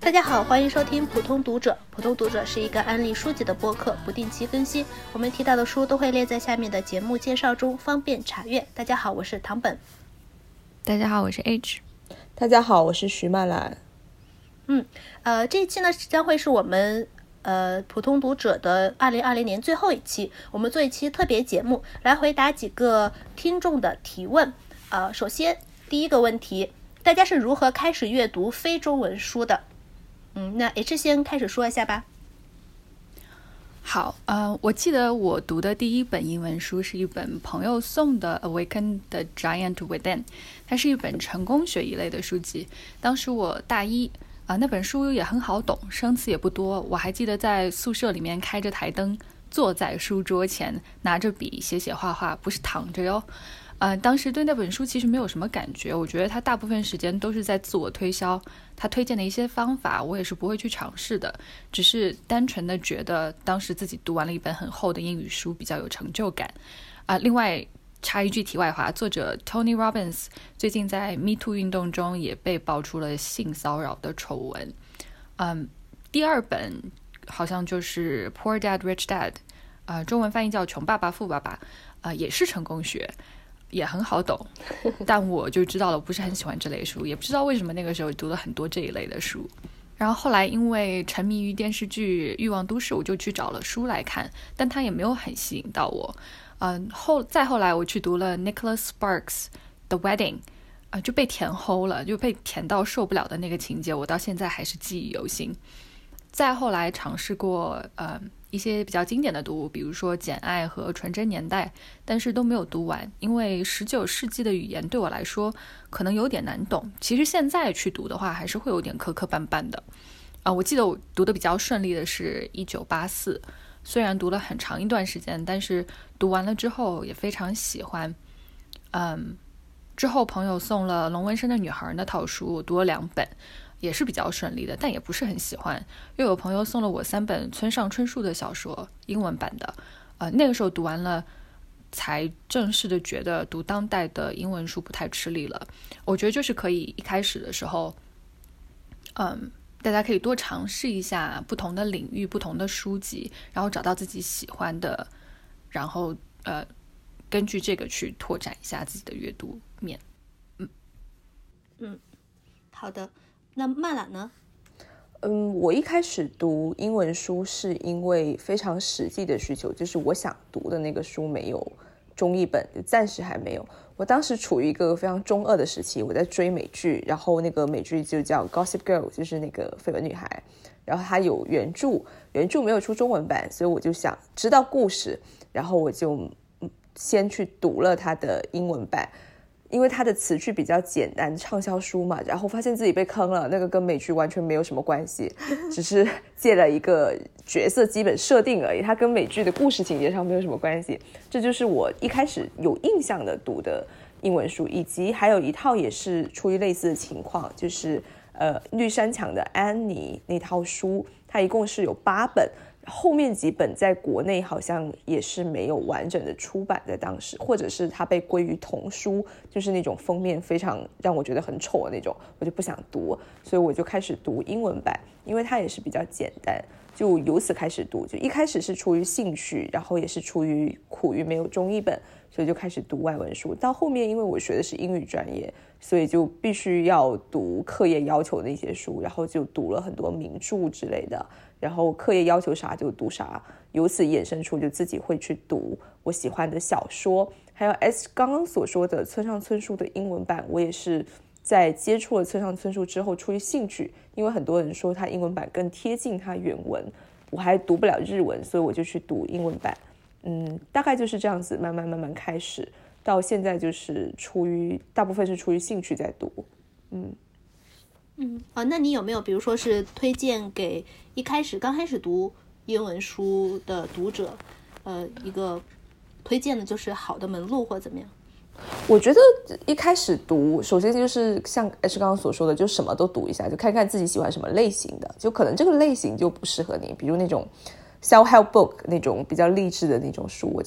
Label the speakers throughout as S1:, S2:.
S1: 大家好，欢迎收听普通读者。普通读者是一个安利书籍的播客，不定期更新。我们提到的书都会列在下面的节目介绍中，方便查阅。大家好，我是唐本。
S2: 大家好，我是 H。
S3: 大家好，我是徐曼兰。
S1: 这一期呢将会是我们普通读者的2020年最后一期，我们做一期特别节目，来回答几个听众的提问。首先第一个问题，大家是如何开始阅读非中文书的？那 H 先开始说一下吧。
S2: 好，我记得我读的第一本英文书是一本朋友送的《Awaken the Giant Within》，它是一本成功学一类的书籍。当时我大一，那本书也很好懂，生词也不多。我还记得在宿舍里面开着台灯，坐在书桌前，拿着笔写写画画，不是躺着哟。当时对那本书其实没有什么感觉，我觉得他大部分时间都是在自我推销，他推荐的一些方法我也是不会去尝试的，只是单纯的觉得当时自己读完了一本很厚的英语书比较有成就感。另外插一句题外话，作者 Tony Robbins 最近在 Me Too 运动中也被爆出了性骚扰的丑闻。第二本好像就是 Poor Dad Rich Dad，中文翻译叫穷爸爸富爸爸，也是成功学，也很好懂，但我就知道了，我不是很喜欢这类书，也不知道为什么那个时候读了很多这一类的书。然后后来因为沉迷于电视剧《欲望都市》，我就去找了书来看，但它也没有很吸引到我。再后来我去读了 Nicholas Sparks 的 Wedding， 就被填齁了，就被填到受不了的那个情节，我到现在还是记忆犹新。再后来尝试过一些比较经典的读物，比如说《简爱》和《纯真年代》，但是都没有读完，因为19世纪的语言对我来说可能有点难懂。其实现在去读的话，还是会有点磕磕绊绊的。我记得我读的比较顺利的是1984，虽然读了很长一段时间，但是读完了之后也非常喜欢。之后朋友送了龙纹身的女孩那套书，我读了2本。也是比较顺利的，但也不是很喜欢。又有朋友送了我3本村上春树的小说，英文版的。那个时候读完了，才正式的觉得读当代的英文书不太吃力了。我觉得就是可以一开始的时候，大家可以多尝试一下不同的领域、不同的书籍，然后找到自己喜欢的，然后根据这个去拓展一下自己的阅读面。
S1: 好的。那曼兰呢？
S3: 我一开始读英文书是因为非常实际的需求，就是我想读的那个书没有中译本，就暂时还没有。我当时处于一个非常中二的时期，我在追美剧，然后那个美剧就叫 Gossip Girl， 就是那个绯闻女孩，然后它有原著没有出中文版，所以我就想知道故事，然后我就先去读了它的英文版。因为它的词句比较简单，畅销书嘛，然后发现自己被坑了，那个跟美剧完全没有什么关系，只是借了一个角色基本设定而已，它跟美剧的故事情节上没有什么关系。这就是我一开始有印象的读的英文书，以及还有一套也是出于类似的情况，就是绿山墙的安妮那套书，它一共是有8本。后面几本在国内好像也是没有完整的出版在当时，或者是它被归于童书，就是那种封面非常让我觉得很丑的那种，我就不想读，所以我就开始读英文版，因为它也是比较简单，就由此开始读。就一开始是出于兴趣，然后也是出于苦于没有中译本，所以就开始读外文书。到后面因为我学的是英语专业，所以就必须要读课业要求的一些书，然后就读了很多名著之类的，然后课业要求啥就读啥，由此衍生出就自己会去读我喜欢的小说。还有 S 刚刚所说的村上春树的英文版，我也是在接触了村上春树之后出于兴趣，因为很多人说他英文版更贴近他原文，我还读不了日文，所以我就去读英文版。大概就是这样子慢慢开始，到现在就是大部分是出于兴趣在读。
S1: 那你有没有比如说是推荐给刚开始读英文书的读者一个推荐的就是好的门路或怎么样？
S3: 我觉得一开始读，首先就是像 H 刚刚所说的，就什么都读一下，就看看自己喜欢什么类型的，就可能这个类型就不适合你，比如那种 self-help book 那种比较励志的那种书，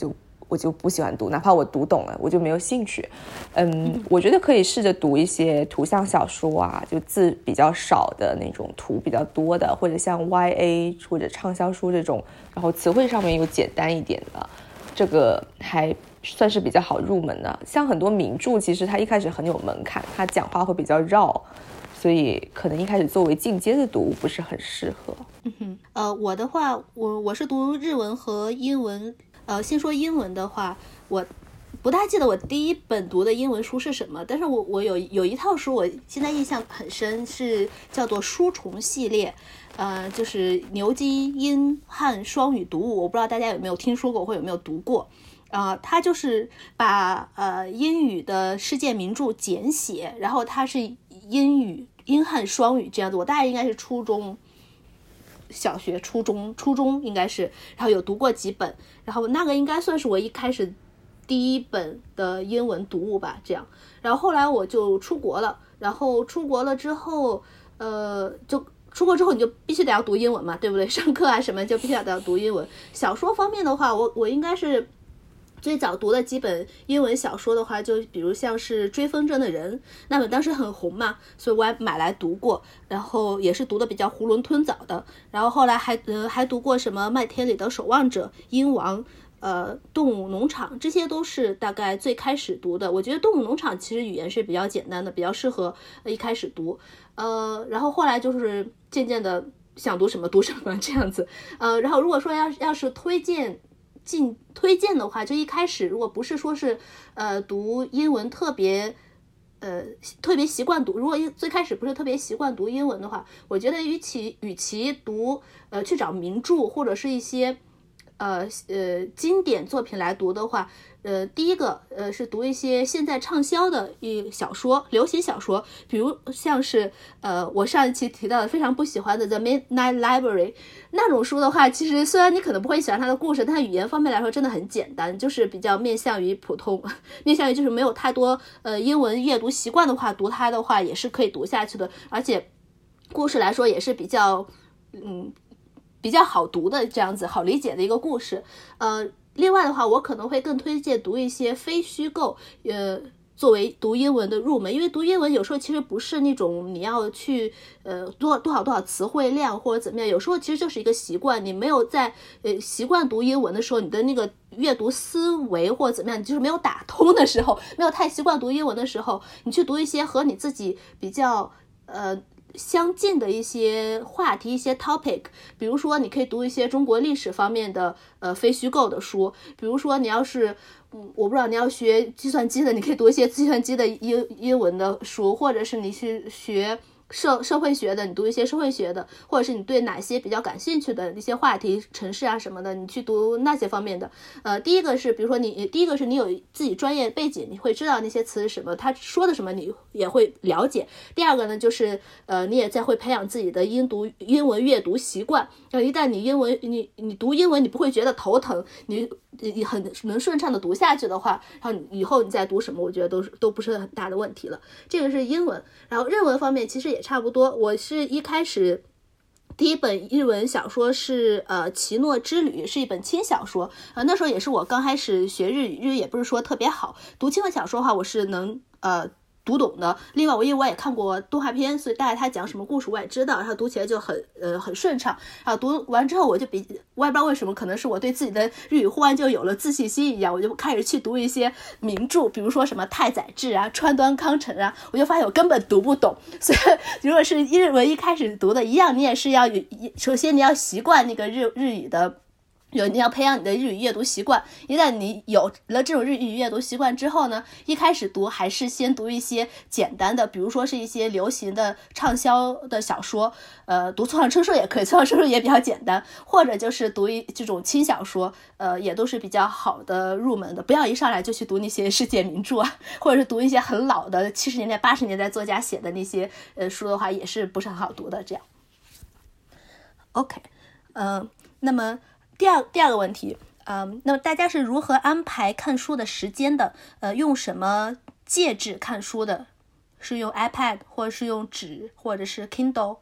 S3: 我就不喜欢读，哪怕我读懂了我就没有兴趣。我觉得可以试着读一些图像小说啊，就字比较少的那种，图比较多的，或者像 YA 或者畅销书这种，然后词汇上面又简单一点的，这个还算是比较好入门的。像很多名著其实它一开始很有门槛，它讲话会比较绕，所以可能一开始作为进阶的读物不是很适合。
S1: 我的话，我是读日文和英文。先说英文的话，我不大记得我第一本读的英文书是什么，但是我有一套书我现在印象很深，是叫做书虫系列，就是牛津英汉双语读物，我不知道大家有没有听说过或有没有读过。它就是把英语的世界名著简写，然后它是英语英汉双语这样子。我大概应该是初中小学初中应该是，然后有读过几本，然后那个应该算是我一开始第一本的英文读物吧，这样。然后后来我就出国了，然后出国了之后就出国之后你就必须得要读英文嘛，对不对？上课啊什么就必须得要读英文。小说方面的话，我应该是最早读的几本英文小说的话，就比如像是《追风筝的人》，那本当时很红嘛，所以我还买来读过，然后也是读的比较囫囵吞枣的。然后后来还读过什么《麦田里的守望者》、《鹰王》、动物农场，这些都是大概最开始读的。我觉得动物农场其实语言是比较简单的，比较适合一开始读。然后后来就是渐渐的想读什么读什么这样子。然后如果说要是推荐的话，就一开始如果不是说是读英文特别习惯读，如果最开始不是特别习惯读英文的话，我觉得与其读去找名著或者是一些经典作品来读的话，第一个是读一些现在畅销的小说，流行小说，比如像是我上一期提到的非常不喜欢的 The Midnight Library 那种书的话，其实虽然你可能不会喜欢它的故事，但语言方面来说真的很简单，就是比较面向于普通，面向于就是没有太多英文阅读习惯的话，读它的话也是可以读下去的，而且故事来说也是比较好读的这样子，好理解的一个故事。另外的话，我可能会更推荐读一些非虚构，作为读英文的入门，因为读英文有时候其实不是那种你要去多少词汇量或者怎么样，有时候其实就是一个习惯，你没有在习惯读英文的时候，你的那个阅读思维或者怎么样，你就是没有打通的时候，没有太习惯读英文的时候，你去读一些和你自己比较相近的一些话题，一些 topic， 比如说你可以读一些中国历史方面的非虚构的书，比如说你要是我不知道你要学计算机的，你可以读一些计算机的英文的书，或者是你去学社会学的，你读一些社会学的，或者是你对哪些比较感兴趣的一些话题，城市啊什么的，你去读那些方面的。第一个是比如说第一个是你有自己专业背景，你会知道那些词是什么，他说的什么你也会了解。第二个呢，就是你也在会培养自己的英文阅读习惯。一旦你读英文你不会觉得头疼，你很能顺畅的读下去的话，然后以后你再读什么，我觉得都不是很大的问题了。这个是英文。然后日文方面其实也差不多，我是一开始第一本日文小说是奇诺之旅，是一本轻小说，那时候也是我刚开始学日语也不是说特别好，读轻的小说的话我是能读懂的。另外因为我也看过动画片，所以大概他讲什么故事我也知道，然后读起来就很顺畅。然后读完之后我也不知道为什么，可能是我对自己的日语忽然就有了自信心一样，我就开始去读一些名著，比如说什么太宰治啊、川端康成啊，我就发现我根本读不懂。所以如果是日文一开始读的一样，你也是要首先你要习惯那个日语的。你要培养你的日语阅读习惯，一旦你有了这种日语阅读习惯之后呢，一开始读还是先读一些简单的，比如说是一些流行的畅销的小说，读村上春树也可以，村上春树也比较简单，或者就是读这种轻小说，也都是比较好的入门的，不要一上来就去读那些世界名著啊，或者是读一些很老的70年代80年代作家写的那些书的话，也是不是很好读的这样。OK， 那么第二个问题，那么大家是如何安排看书的时间的？用什么介质看书的？是用 iPad 或者是用纸或者是 Kindle？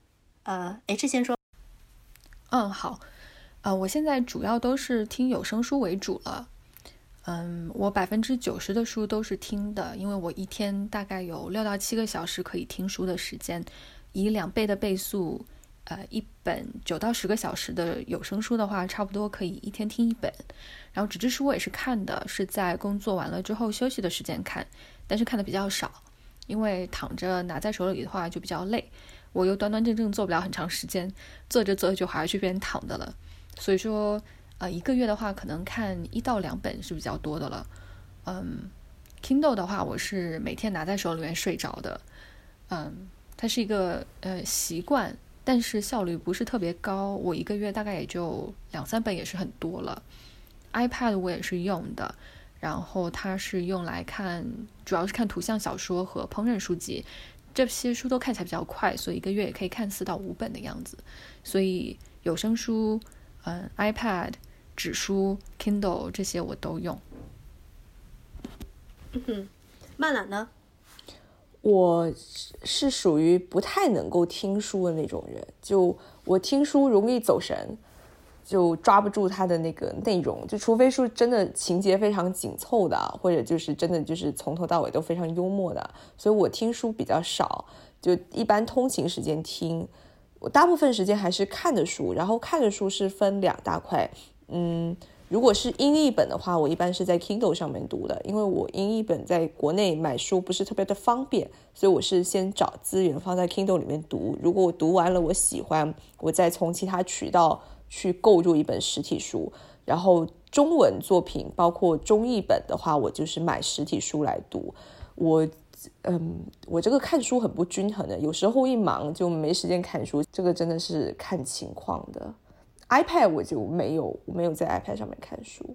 S1: H 先说。
S2: 好，我现在主要都是听有声书为主了。 我90%的书都是听的，因为我一天大概有6到7个小时可以听书的时间，以2倍的倍速，一本9到10个小时的有声书的话，差不多可以一天听1本。然后纸质书我也是看的，是在工作完了之后休息的时间看，但是看的比较少，因为躺着拿在手里的话就比较累，我又端端正正做不了很长时间，做着做着就还是去变躺的了，所以说一个月的话可能看1到2本是比较多的了。Kindle 的话我是每天拿在手里面睡着的，它是一个习惯，但是效率不是特别高，我一个月大概也就2、3本也是很多了。iPad 我也是用的，然后它是用来看，主要是看图像小说和烹饪书籍，这些书都看起来比较快，所以一个月也可以看4到5本的样子。所以有声书、iPad、纸书、Kindle 这些我都用。
S1: 曼兰呢？
S3: 我是属于不太能够听书的那种人，就我听书容易走神，就抓不住它的那个内容，就除非是真的情节非常紧凑的，或者就是真的就是从头到尾都非常幽默的，所以我听书比较少，就一般通勤时间听。我大部分时间还是看的书，然后看的书是分2大块。如果是英译本的话，我一般是在 Kindle 上面读的，因为我英译本在国内买书不是特别的方便，所以我是先找资源放在 Kindle 里面读，如果我读完了我喜欢，我再从其他渠道去购入一本实体书。然后中文作品包括中译本的话，我就是买实体书来读。我这个看书很不均衡的，有时候一忙就没时间看书，这个真的是看情况的。iPad 我就没有在 iPad 上面看书。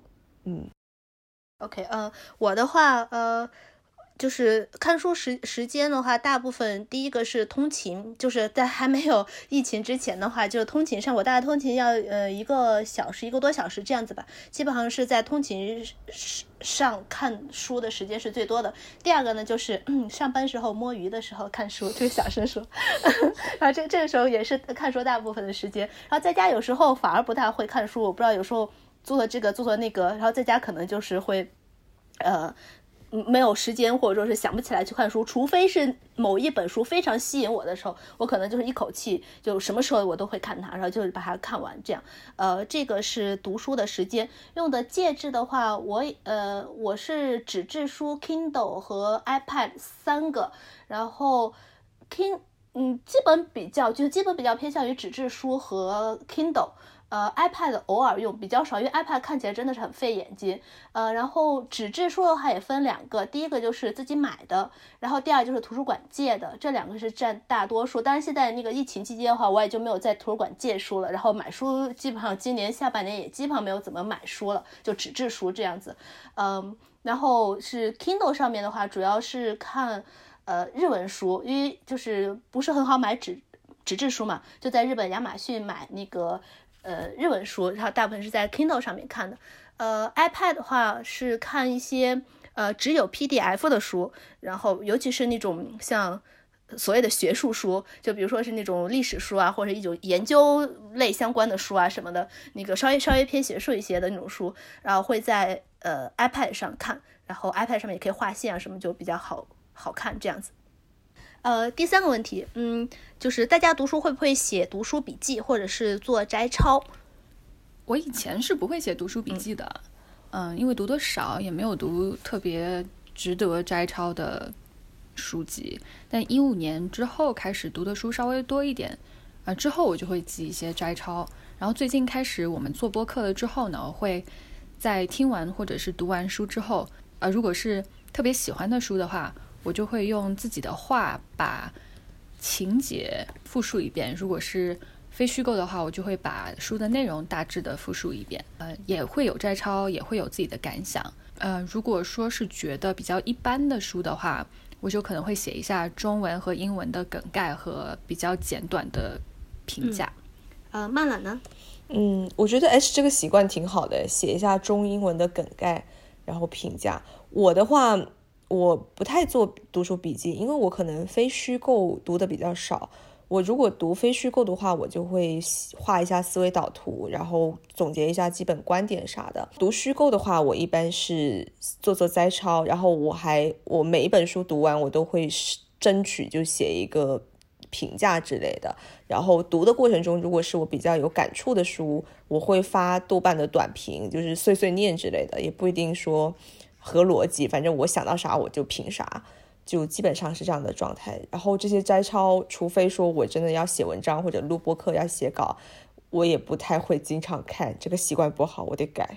S1: OK， 我的话，就是看书时间的话，大部分第一个是通勤，就是在还没有疫情之前的话，就是通勤上，我大概通勤要1个小时1个多小时这样子吧，基本上是在通勤上看书的时间是最多的。第二个呢，就是上班时候摸鱼的时候看书，这个小声说，然后这个时候也是看书大部分的时间。然后在家有时候反而不太会看书，我不知道有时候做了这个做了那个，然后在家可能就是会没有时间，或者说是想不起来去看书，除非是某一本书非常吸引我的时候，我可能就是一口气就什么时候我都会看它，然后就是把它看完这样。这个是读书的时间。用的介质的话，我是纸质书 Kindle 和 iPad 3个，然后基本比较偏向于纸质书和 Kindle。iPad 偶尔用比较少，因为 iPad 看起来真的是很费眼睛。然后纸质书的话也分2个，第一个就是自己买的，然后第二就是图书馆借的，这2个是占大多数。当然现在那个疫情期间的话，我也就没有在图书馆借书了，然后买书基本上今年下半年也基本上没有怎么买书了，就纸质书这样子。然后是 Kindle 上面的话，主要是看日文书，因为就是不是很好买纸质书嘛，就在日本亚马逊买那个日文书，然后大部分是在 Kindle 上面看的。iPad 的话是看一些只有 PDF 的书，然后尤其是那种像所谓的学术书，就比如说是那种历史书啊，或者一种研究类相关的书啊什么的，那个稍微偏学术一些的那种书，然后会在iPad 上看，然后 iPad 上面也可以画线啊什么，就比较好看这样子。第3个问题，就是大家读书会不会写读书笔记或者是做摘抄？
S2: 我以前是不会写读书笔记的，因为读得少，也没有读特别值得摘抄的书籍。但15年之后开始读的书稍微多一点，之后我就会记一些摘抄。然后最近开始我们做播客了之后呢，会在听完或者是读完书之后，如果是特别喜欢的书的话，我就会用自己的话把情节复述一遍，如果是非虚构的话，我就会把书的内容大致的复述一遍。也会有摘抄，也会有自己的感想。如果说是觉得比较一般的书的话，我就可能会写一下中文和英文的梗概和比较简短的评价。
S1: 曼兰呢？
S3: 我觉得 H 这个习惯挺好的，写一下中英文的梗概，然后评价。我的话，我不太做读书笔记，因为我可能非虚构读的比较少， 我如果读非虚构的话，我就会画一下思维导图，然后总结一下基本观点啥的。读虚构的话，我一般是做摘抄，然后我每一本书读完，我都会争取就写一个评价之类的。然后读的过程中，如果是我比较有感触的书，我会发豆瓣的短评，就是碎碎念之类的，也不一定说合逻辑，反正我想到啥我就评啥，就基本上是这样的状态。然后这些摘抄，除非说我真的要写文章或者录播课要写稿，我也不太会经常看，这个习惯不好，我得改。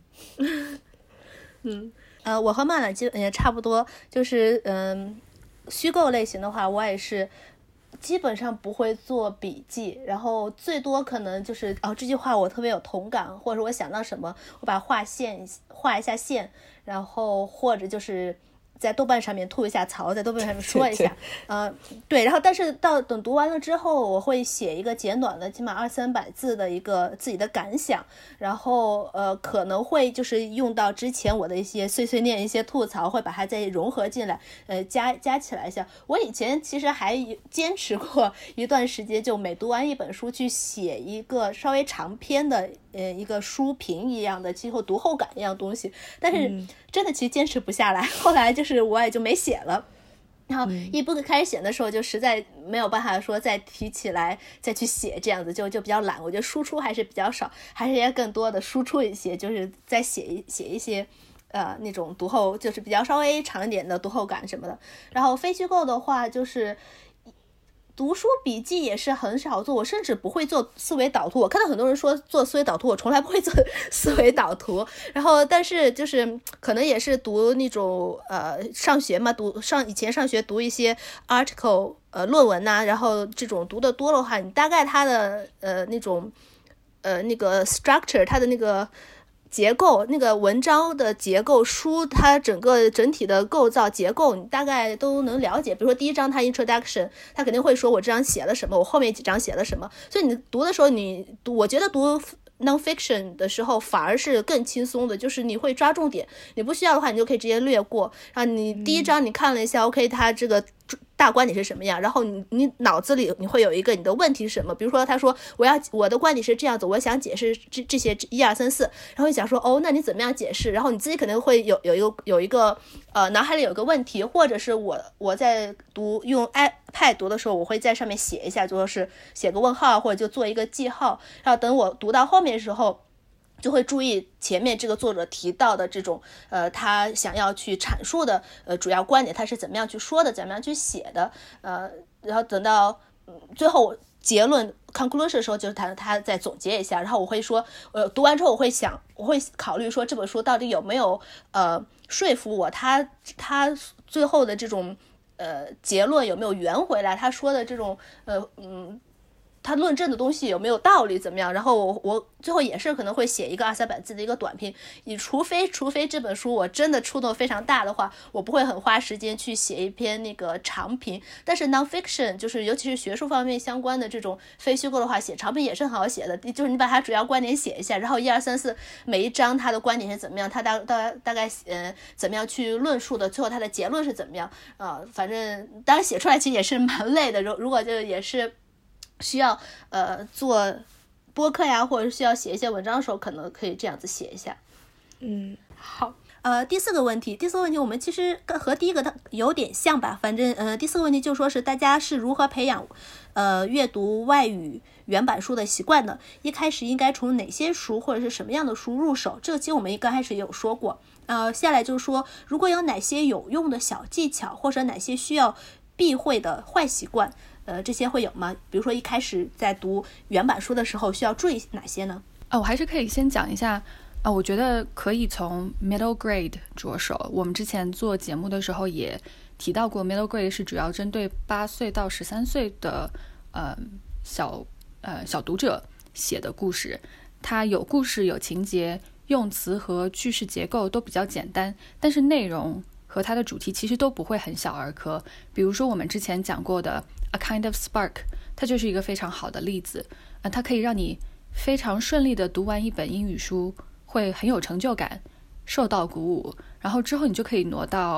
S1: 我和曼兰也差不多，就是虚构类型的话，我也是基本上不会做笔记，然后最多可能就是这句话我特别有同感，或者我想到什么，我把画一下线，然后或者就是在豆瓣上面吐一下槽，在豆瓣上面说一下，对，然后但是等读完了之后，我会写一个简短的，起码200-300字的一个自己的感想，然后可能会就是用到之前我的一些碎碎念、一些吐槽，会把它再融合进来，加起来一下。我以前其实还坚持过一段时间，就每读完一本书去写一个稍微长篇的一个书评一样的，最后读后感一样东西，但是真的其实坚持不下来，后来就是我也就没写了。然后一部开始写的时候，就实在没有办法说再提起来再去写，这样子就比较懒。我觉得输出还是比较少，还是要更多的输出一些，就是再写一些那种读后，就是比较稍微长一点的读后感什么的。然后非虚构的话，就是读书笔记也是很少做，我甚至不会做思维导图。我看到很多人说做思维导图，我从来不会做思维导图。然后但是就是可能也是读那种上学嘛，以前上学读一些 article 论文呐，然后这种读的多的话，你大概它的那种那个 structure， 它的那个结构，那个文章的结构，书它整体的构造结构你大概都能了解。比如说第一章它 introduction， 它肯定会说我这章写了什么，我后面几章写了什么，所以你读的时候我觉得读 non-fiction 的时候反而是更轻松的，就是你会抓重点，你不需要的话你就可以直接略过。然后你第一章你看了一下OK 它这个大观点是什么样，然后你脑子里你会有一个你的问题是什么，比如说他说我的观点是这样子，我想解释这些1、2、3、4，然后你想说那你怎么样解释，然后你自己可能会有一个脑海里有个问题，或者是我在用 iPad 读的时候，我会在上面写一下，就是写个问号或者就做一个记号，然后等我读到后面的时候就会注意前面这个作者提到的这种他想要去阐述的主要观点，他是怎么样去说的，怎么样去写的，然后等到最后结论 conclusion 的时候，就是他再总结一下，然后我会说读完之后我会考虑说这本书到底有没有说服我，他最后的这种结论有没有圆回来，他说的这种他论证的东西有没有道理怎么样，然后我最后也是可能会写一个200-300字的一个短评，除非这本书我真的触动非常大的话，我不会很花时间去写一篇那个长评。但是 non-fiction 就是尤其是学术方面相关的这种非虚构的话，写长评也是很好写的，就是你把它主要观点写一下，然后1、2、3、4每一章它的观点是怎么样，它大概怎么样去论述的，最后它的结论是怎么样反正当然写出来其实也是蛮累的，如果就也是需要做播客呀，或者需要写一些文章的时候，可能可以这样子写一下。好。第四个问题我们其实和第一个有点像吧，反正第四个问题就说是大家是如何培养阅读外语原版书的习惯的，一开始应该从哪些书或者是什么样的书入手，这个其实我们刚开始也有说过。下来就是说如果有哪些有用的小技巧，或者哪些需要避讳的坏习惯，这些会有吗？比如说一开始在读原版书的时候需要注意哪些呢？
S2: 我还是可以先讲一下我觉得可以从 middle grade 着手。我们之前做节目的时候也提到过 middle grade 是主要针对8岁到13岁的小读者写的故事，它有故事有情节，用词和句式结构都比较简单，但是内容和它的主题其实都不会很小儿科。比如说我们之前讲过的 A Kind of Spark， 它就是一个非常好的例子。它可以让你非常顺利的读完一本英语书，会很有成就感，受到鼓舞，然后之后你就可以挪到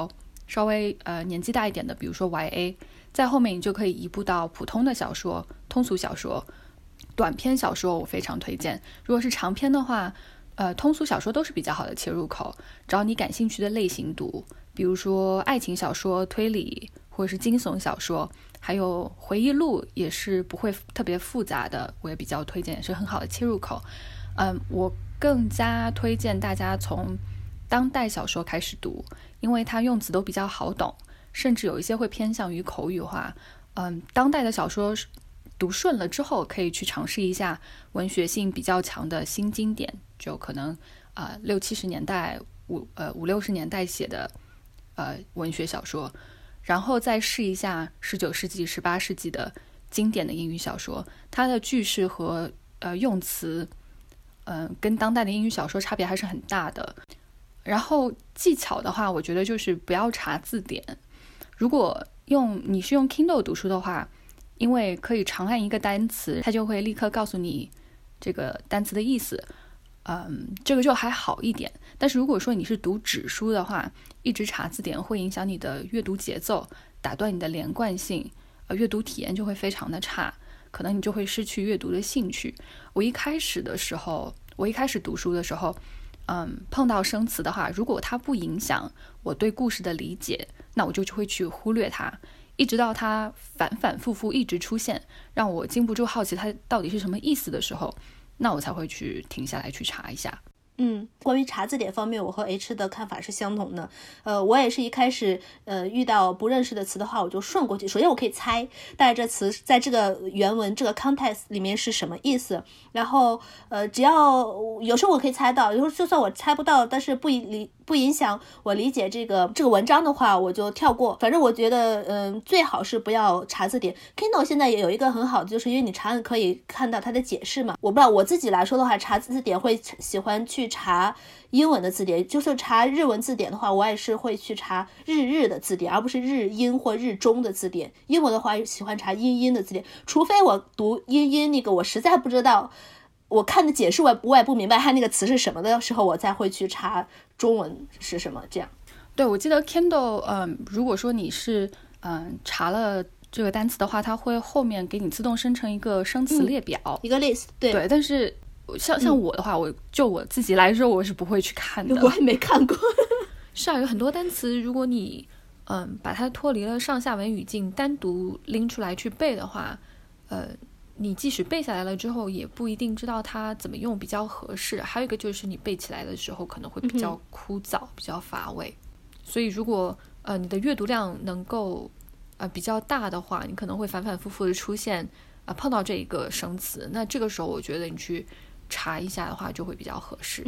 S2: 稍微年纪大一点的，比如说 YA， 在后面你就可以移步到普通的小说、通俗小说、短篇小说，我非常推荐。如果是长篇的话，通俗小说都是比较好的切入口，找你感兴趣的类型读，比如说爱情小说、推理或者是惊悚小说，还有回忆录也是不会特别复杂的，我也比较推荐，也是很好的切入口。我更加推荐大家从当代小说开始读，因为它用词都比较好懂，甚至有一些会偏向于口语化。当代的小说读顺了之后，可以去尝试一下文学性比较强的新经典，就可能60-70年代、50-60年代写的文学小说，然后再试一下19世纪、18世纪的经典的英语小说，它的句式和用词跟当代的英语小说差别还是很大的。然后技巧的话，我觉得就是不要查字典。如果你是用 Kindle 读书的话，因为可以长按一个单词，它就会立刻告诉你这个单词的意思，这个就还好一点。但是如果说你是读纸书的话，一直查字典会影响你的阅读节奏，打断你的连贯性，阅读体验就会非常的差，可能你就会失去阅读的兴趣。我一开始读书的时候，碰到生词的话，如果它不影响我对故事的理解，那我就会去忽略它，一直到它反反复复一直出现，让我禁不住好奇它到底是什么意思的时候，那我才会去停下来去查一下。
S1: 关于查字典方面，我和 H 的看法是相同的。我也是一开始遇到不认识的词的话，我就顺过去。首先我可以猜大概这词在这个原文这个 context 里面是什么意思，然后只要有时候我可以猜到，有时候就算我猜不到，但是不影响我理解这个文章的话，我就跳过。反正我觉得最好是不要查字典。 Kindle 现在也有一个很好的，就是因为你查可以看到它的解释嘛。我不知道我自己来说的话，查字典会喜欢去查英文的字典，就是查日文字典的话，我也是会去查日的字典，而不是日英或日中的字典。英文的话喜欢查英的字典，除非我读英那个我实在不知道，我看的解释我也不明白它那个词是什么的时候，我才会去查中文是什么。这样。
S2: 对，我记得 Kindle 如果说你是查了这个单词的话，它会后面给你自动生成一个生词列表，
S1: 一个 list。 对，
S2: 但是像我的话，我自己来说，我是不会去看的。
S1: 我也没看过。
S2: 是啊，有很多单词，如果你把它脱离了上下文语境，单独拎出来去背的话，你即使背下来了之后，也不一定知道它怎么用比较合适。还有一个就是你背起来的时候可能会比较枯燥，比较乏味。所以如果你的阅读量能够比较大的话，你可能会反反复复的出现碰到这一个生词，那这个时候我觉得你去查一下的话就会比较合适。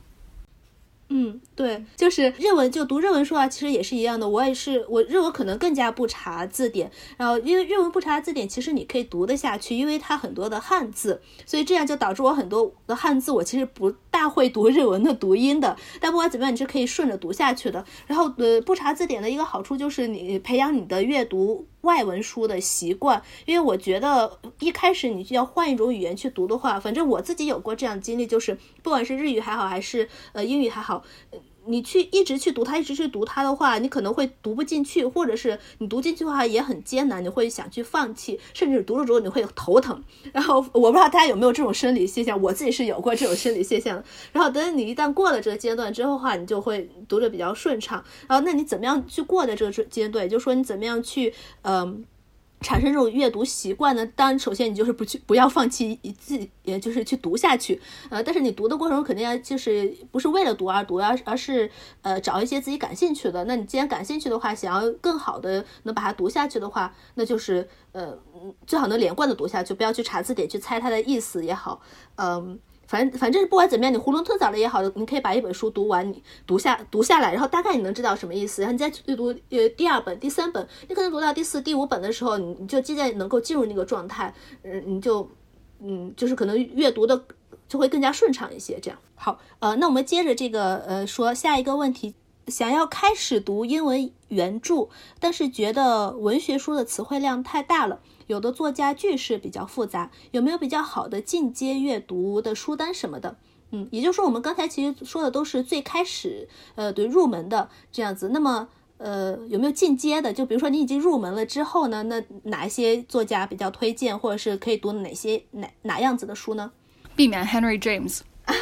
S1: 对，就是日文，就读日文书啊，其实也是一样的。我日文可能更加不查字典，然后因为日文不查字典，其实你可以读得下去，因为它很多的汉字，所以这样就导致我很多的汉字我其实不大会读日文的读音的，但不管怎么样你是可以顺着读下去的。然后不查字典的一个好处就是你培养你的阅读外文书的习惯，因为我觉得一开始你就要换一种语言去读的话，反正我自己有过这样的经历，就是不管是日语还好还是英语还好，你一直去读它的话，你可能会读不进去，或者是你读进去的话也很艰难，你会想去放弃，甚至读着读着你会头疼。然后我不知道大家有没有这种生理现象，我自己是有过这种生理现象的。然后等你一旦过了这个阶段之后的话，你就会读着比较顺畅。然后那你怎么样去过的这个阶段，也就是说你怎么样去产生这种阅读习惯呢？当然首先你就是不要放弃也就是去读下去，但是你读的过程中肯定要就是不是为了读而读，而是找一些自己感兴趣的。那你既然感兴趣的话，想要更好的能把它读下去的话，那就是最好能连贯的读下去，不要去查字典去猜它的意思也好，反正不管怎么样，你囫囵吞枣的也好，你可以把一本书读完，你读下来，然后大概你能知道什么意思，然后你再去读第二本、第三本，你可能读到第4、第5本的时候，你就渐渐能够进入那个状态，你就就是可能阅读的就会更加顺畅一些。这样好，那我们接着这个说下一个问题。想要开始读英文原著，但是觉得文学书的词汇量太大了，有的作家句式比较复杂，有没有比较好的进阶阅读的书单什么的？也就是说我们刚才其实说的都是最开始对入门的这样子。那么有没有进阶的？就比如说你已经入门了之后呢，那哪一些作家比较推荐，或者是可以读哪样子的书呢？
S2: 避免 Henry James。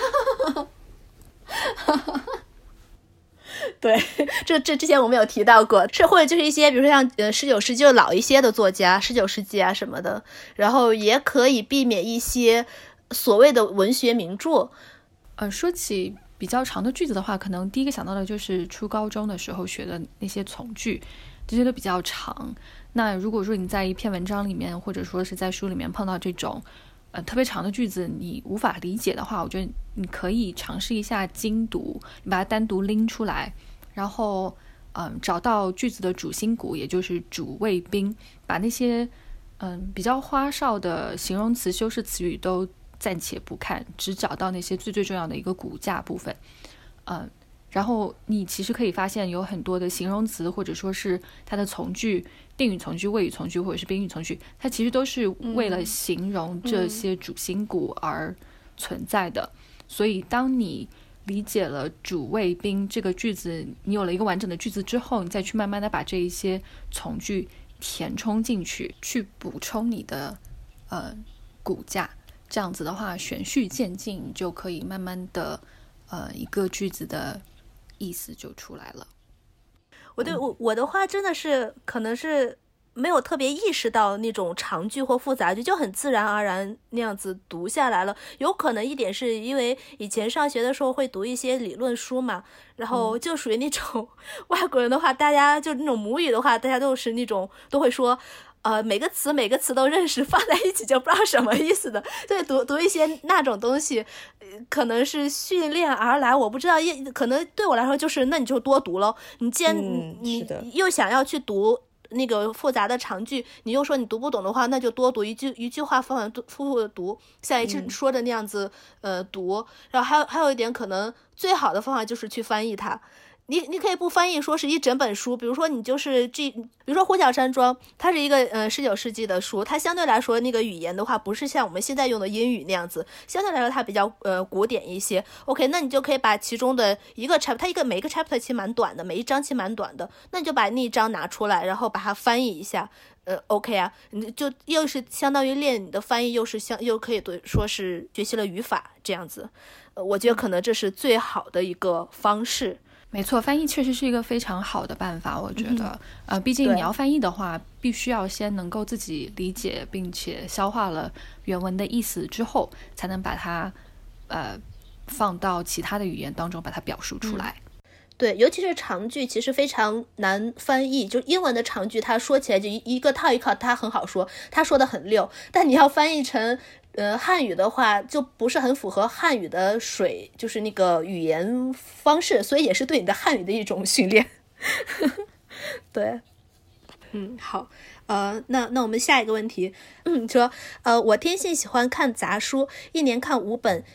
S1: 对，这之前我们有提到过，是或者就是一些比如说像19世纪就老一些的作家，19世纪啊什么的，然后也可以避免一些所谓的文学名著。
S2: 说起比较长的句子的话，可能第一个想到的就是初高中的时候学的那些从句，这些都比较长。那如果说你在一篇文章里面，或者说是在书里面碰到这种特别长的句子你无法理解的话，我觉得你可以尝试一下精读，你把它单独拎出来，然后找到句子的主心骨，也就是主谓宾，把那些比较花哨的形容词修饰词语都暂且不看，只找到那些最重要的一个骨架部分。然后你其实可以发现有很多的形容词，或者说是它的从句，定语从句、谓语从句或者是宾语从句，它其实都是为了形容这些主心骨而存在的。所以当你理解了主谓宾这个句子，你有了一个完整的句子之后，你再去慢慢的把这一些从句填充进去，去补充你的骨架，这样子的话循序渐进，就可以慢慢的一个句子的意思就出来了。
S1: 我的话真的是可能是没有特别意识到那种长句或复杂句，就很自然而然那样子读下来了。有可能一点是因为以前上学的时候会读一些理论书嘛，然后就属于那种外国人的话，大家就那种母语的话，大家都是那种都会说每个词都认识，放在一起就不知道什么意思的。对，读一些那种东西可能是训练而来，我不知道，可能对我来说就是那你就多读咯。你既然你又想要去读那个复杂的长句，你又说你读不懂的话，那就多读一句话反复的读，像一次说的那样子读。然后还有一点，可能最好的方法就是去翻译它。你可以不翻译说是一整本书，比如说你就是比如说《呼啸山庄》，它是一个19世纪的书，它相对来说那个语言的话不是像我们现在用的英语那样子，相对来说它比较古典一些。OK， 那你就可以把其中的一个 chapter， 它每一个 chapter 其实蛮短的，每一章其实蛮短的，那你就把那一章拿出来，然后把它翻译一下。OK 啊，你就又是相当于练你的翻译，又可以说是学习了语法这样子。我觉得可能这是最好的一个方式。
S2: 没错，翻译确实是一个非常好的办法，我觉得毕竟你要翻译的话，必须要先能够自己理解并且消化了原文的意思之后，才能把它放到其他的语言当中把它表述出来。
S1: 对，尤其是长句其实非常难翻译，就英文的长句它说起来就一个套一个，它很好说，它说的很溜，但你要翻译成汉语的话就不是很符合汉语的就是那个语言方式，所以也是对你的汉语的一种训练。对，好，那我们下一个问题，说我天性喜欢看杂书，一年看5本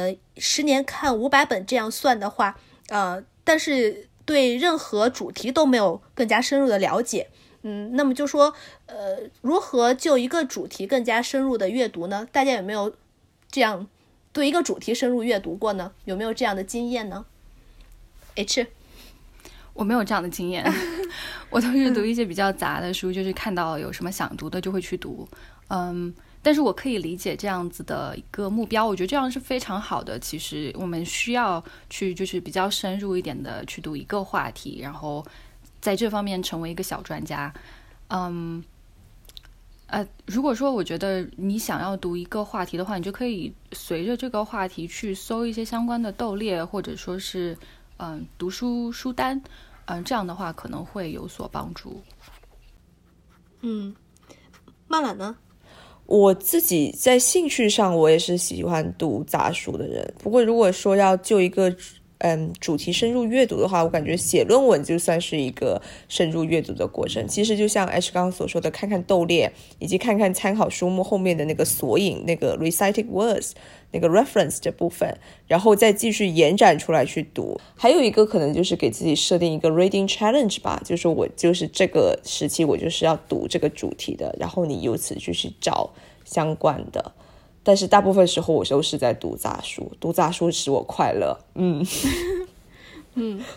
S1: ，10年看500本，这样算的话但是对任何主题都没有更加深入的了解。那么就说如何就一个主题更加深入的阅读呢？大家有没有这样对一个主题深入阅读过呢？有没有这样的经验呢？ H，
S2: 我没有这样的经验我都是读一些比较杂的书，就是看到有什么想读的就会去读。但是我可以理解这样子的一个目标，我觉得这样是非常好的。其实我们需要去就是比较深入一点的去读一个话题，然后在这方面成为一个小专家。如果说我觉得你想要读一个话题的话，你就可以随着这个话题去搜一些相关的斗列，或者说是读书单，这样的话可能会有所帮助。
S1: 曼兰呢？
S3: 我自己在兴趣上我也是喜欢读杂书的人，不过如果说要就一个主题深入阅读的话，我感觉写论文就算是一个深入阅读的过程。其实就像 H 刚刚所说的，看看斗列，以及看看参考书目后面的那个索引，那个 recited words， 那个 reference 这部分，然后再继续延展出来去读。还有一个可能就是给自己设定一个 reading challenge 吧，就是我就是这个时期我就是要读这个主题的，然后你由此就去找相关的。但是大部分时候我都是在读杂书，读杂书使我快乐。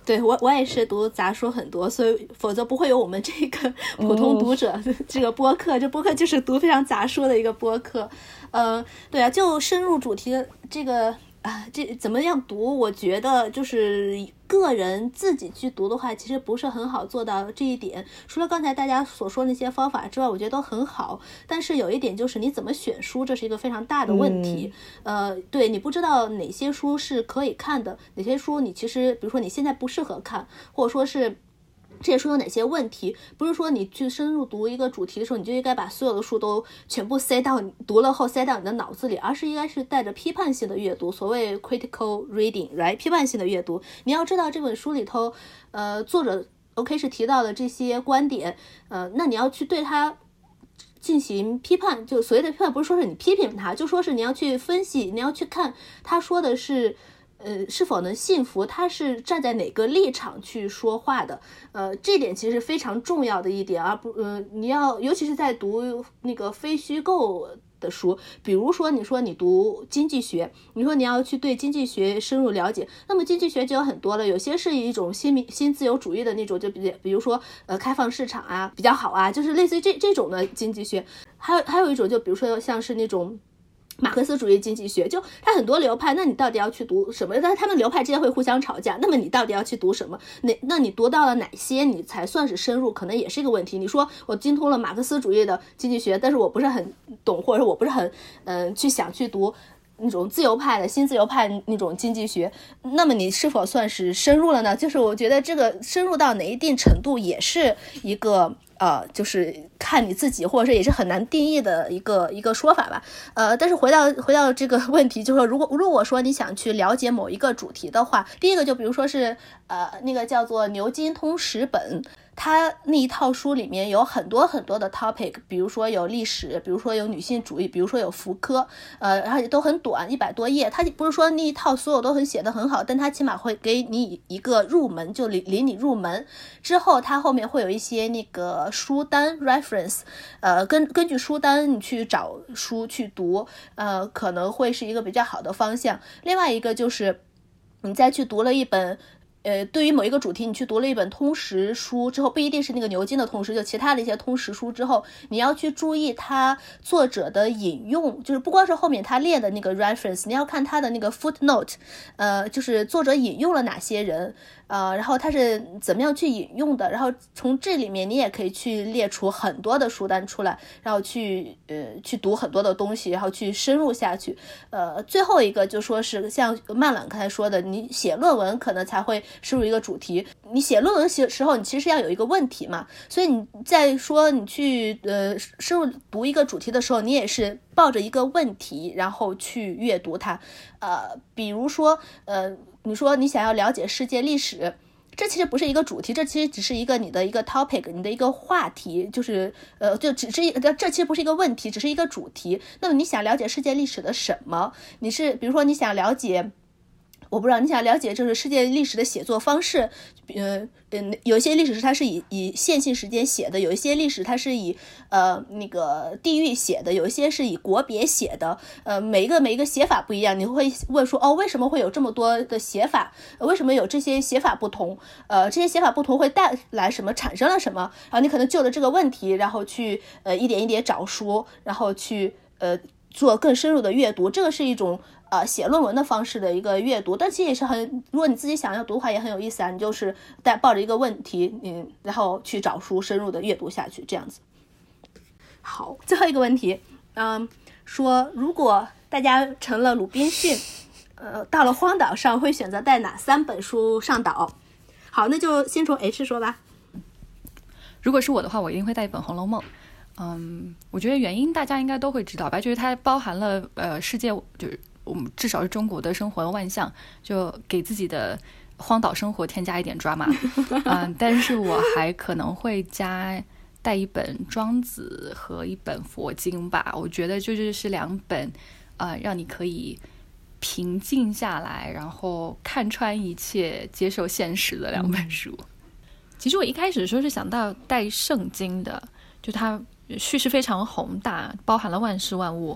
S1: 对，我也是读杂书很多，所以否则不会有我们这个普通读者这个播客，这播客就是读非常杂书的一个播客。对啊，就深入主题的这个这怎么样读，我觉得就是个人自己去读的话，其实不是很好做到这一点。除了刚才大家所说那些方法之外，我觉得都很好，但是有一点就是你怎么选书，这是一个非常大的问题。对，你不知道哪些书是可以看的，哪些书你其实比如说你现在不适合看，或者说是这些书有哪些问题，不是说你去深入读一个主题的时候，你就应该把所有的书都全部读了后塞到你的脑子里，而是应该是带着批判性的阅读，所谓 critical reading，right？ 批判性的阅读，你要知道这本书里头，作者 OK 是提到的这些观点，那你要去对它进行批判，就所谓的批判不是说是你批评它，就说是你要去分析，你要去看他说的是否能信服，他是站在哪个立场去说话的，这点其实非常重要的一点，而不你要尤其是在读那个非虚构的书，比如说你说你读经济学，你说你要去对经济学深入了解，那么经济学就有很多了，有些是一种新自由主义的那种，就比如说开放市场啊比较好啊，就是类似于这种的经济学，还有一种就比如说像是那种马克思主义经济学，就它很多流派，那你到底要去读什么？但他们流派之间会互相吵架，那么你到底要去读什么？那你读到了哪些你才算是深入，可能也是一个问题。你说我精通了马克思主义的经济学，但是我不是很懂，或者说我不是很想去读那种自由派的新自由派那种经济学，那么你是否算是深入了呢？就是我觉得这个深入到哪一定程度也是一个就是看你自己，或者是也是很难定义的一个说法吧。但是回到这个问题，就是说如果说你想去了解某一个主题的话，第一个就比如说是那个叫做牛津通识本，它那一套书里面有很多很多的 topic， 比如说有历史，比如说有女性主义，比如说有福柯，而且都很短，100多页。它不是说那一套所有都写得很好，但它起码会给你一个入门，就领你入门。之后它后面会有一些那个书单 reference， 根据书单你去找书去读，可能会是一个比较好的方向。另外一个就是你再去读了一本对于某一个主题，你去读了一本通识书之后，不一定是那个牛津的通识，就其他的一些通识书之后，你要去注意他作者的引用，就是不光是后面他列的那个 reference， 你要看他的那个 footnote， 就是作者引用了哪些人，然后他是怎么样去引用的，然后从这里面你也可以去列出很多的书单出来，然后去读很多的东西，然后去深入下去。最后一个就说是像曼朗刚才说的，你写论文可能才会深入一个主题，你写论文的时候你其实要有一个问题嘛，所以你在说你去深入读一个主题的时候，你也是抱着一个问题然后去阅读它。比如说你说你想要了解世界历史，这其实不是一个主题，这其实只是一个你的一个 topic， 你的一个话题，就是就只是这其实不是一个问题，只是一个主题。那么你想了解世界历史的什么？你是比如说你想了解，我不知道你想了解就是世界历史的写作方式，有一些历史是它是以线性时间写的，有一些历史它是以那个地域写的，有一些是以国别写的，每一个写法不一样，你会问说为什么会有这么多的写法，为什么有这些写法不同，这些写法不同会带来什么，产生了什么，然后你可能就着这个问题，然后去一点一点找书，然后去做更深入的阅读，这个是一种写论文的方式的一个阅读，但其实也是如果你自己想要读的话也很有意思啊，你就是抱着一个问题，然后去找书深入的阅读下去，这样子。好，最后一个问题，说如果大家成了鲁滨逊，到了荒岛上会选择带哪3本书上岛？好，那就先从 H 说吧。
S2: 如果是我的话，我一定会带一本《红楼梦》。我觉得原因大家应该都会知道吧，就是它包含了世界，就是我们至少是中国的生活万象，就给自己的荒岛生活添加一点 drama。但是我还可能会带一本庄子和一本佛经吧，我觉得就是2本让你可以平静下来，然后看穿一切，接受现实的2本书。其实我一开始的时候是想到带圣经的，就它叙事非常宏大，包含了万事万物，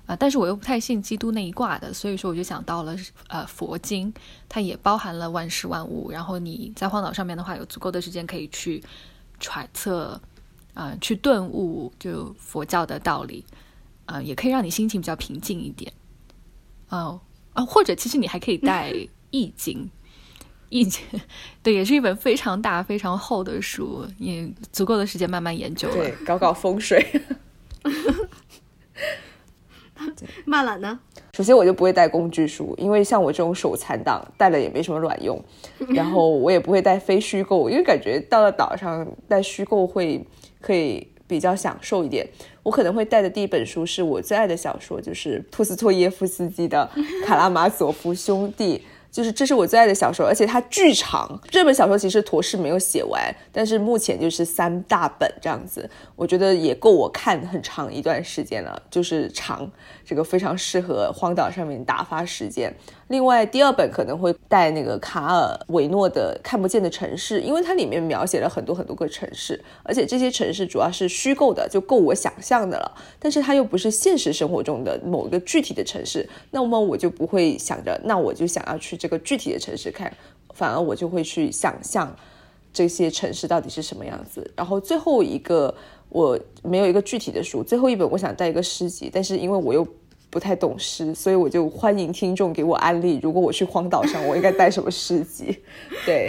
S2: 但是我又不太信基督那一卦的，所以说我就想到了佛经，它也包含了万事万物，然后你在荒岛上面的话有足够的时间可以去揣测去顿悟就佛教的道理，也可以让你心情比较平静一点。或者其实你还可以带易经易经对，也是一本非常大非常厚的书，也足够的时间慢慢研究了。
S3: 对，搞搞风水。
S1: 曼兰呢？
S3: 首先我就不会带工具书，因为像我这种手残党带了也没什么卵用。然后我也不会带非虚构，因为感觉到了岛上带虚构可以比较享受一点。我可能会带的第一本书是我最爱的小说，就是托斯托耶夫斯基的《卡拉马佐夫兄弟》。就是这是我最爱的小说，而且它巨长。这本小说其实陀氏没有写完，但是目前就是3大本这样子，我觉得也够我看很长一段时间了，就是长，这个非常适合荒岛上面打发时间。另外第2本可能会带那个卡尔维诺的《看不见的城市》，因为它里面描写了很多很多个城市，而且这些城市主要是虚构的，就够我想象的了，但是它又不是现实生活中的某一个具体的城市，那么我就不会想着那我就想要去这个具体的城市看，反而我就会去想象这些城市到底是什么样子。然后最后一个我没有一个具体的书，最后一本我想带一个诗集，但是因为我又不太懂诗，所以我就欢迎听众给我安利，如果我去荒岛上我应该带什么诗集。对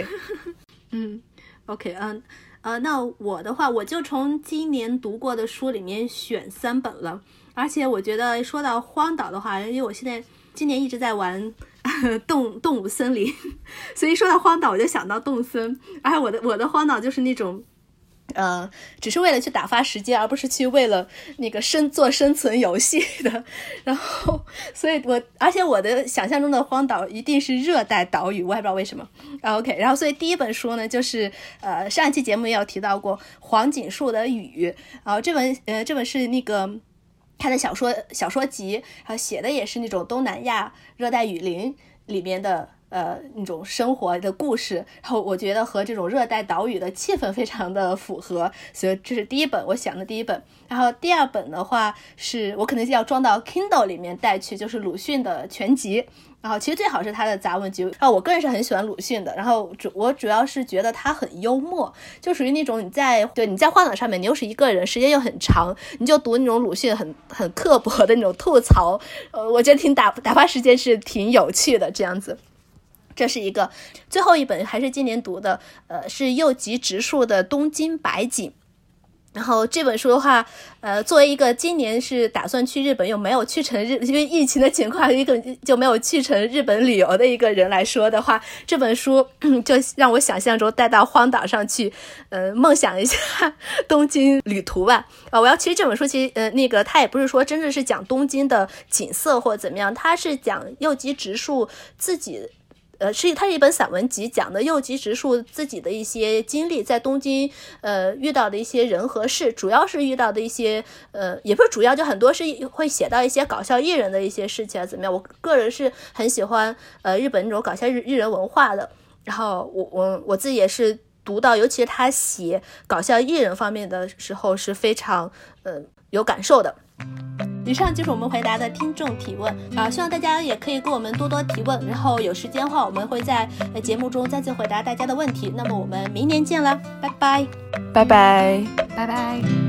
S1: OK， 那我的话，我就从今年读过的书里面选3本了。而且我觉得说到荒岛的话，因为我现在今年一直在玩动物森林，所以说到荒岛我就想到动森。而且我的荒岛就是那种只是为了去打发时间，而不是去为了那个做生存游戏的。然后所以而且我的想象中的荒岛一定是热带岛屿，我也不知道为什么。OK， 然后所以第一本书呢就是上一期节目也有提到过黄锦树的雨，然后这本是那个他的小说集，然后写的也是那种东南亚热带雨林里面的那种生活的故事，然后我觉得和这种热带岛屿的气氛非常的符合，所以这是第一本我想的第一本。然后第2本的话是我可能要装到 Kindle 里面带去，就是鲁迅的全集，然后其实最好是他的杂文集。然后我个人是很喜欢鲁迅的，然后我主要是觉得他很幽默，就属于那种你在荒岛上面，你又是一个人，时间又很长，你就读那种鲁迅很刻薄的那种吐槽，我觉得打发时间是挺有趣的这样子。这是一个。最后一本还是今年读的，是右吉直树的《东京白景》。然后这本书的话，作为一个今年是打算去日本又没有去成因为疫情的情况，一个就没有去成日本旅游的一个人来说的话，这本书就让我想象中带到荒岛上去，梦想一下东京旅途吧。其实这本书其实那个它也不是说真的是讲东京的景色或怎么样，它是讲右吉直树自己。它是一本散文集，讲的右吉直树自己的一些经历，在东京遇到的一些人和事，主要是遇到的一些也不是主要，就很多是会写到一些搞笑艺人的一些事情啊怎么样。我个人是很喜欢日本那种搞笑艺人文化的，然后我自己也是读到，尤其是他写搞笑艺人方面的时候是非常有感受的。以上就是我们回答的听众提问希望大家也可以跟我们多多提问，然后有时间的话我们会在节目中再次回答大家的问题。那么我们明年见了，拜拜，
S3: 拜拜，
S2: 拜拜。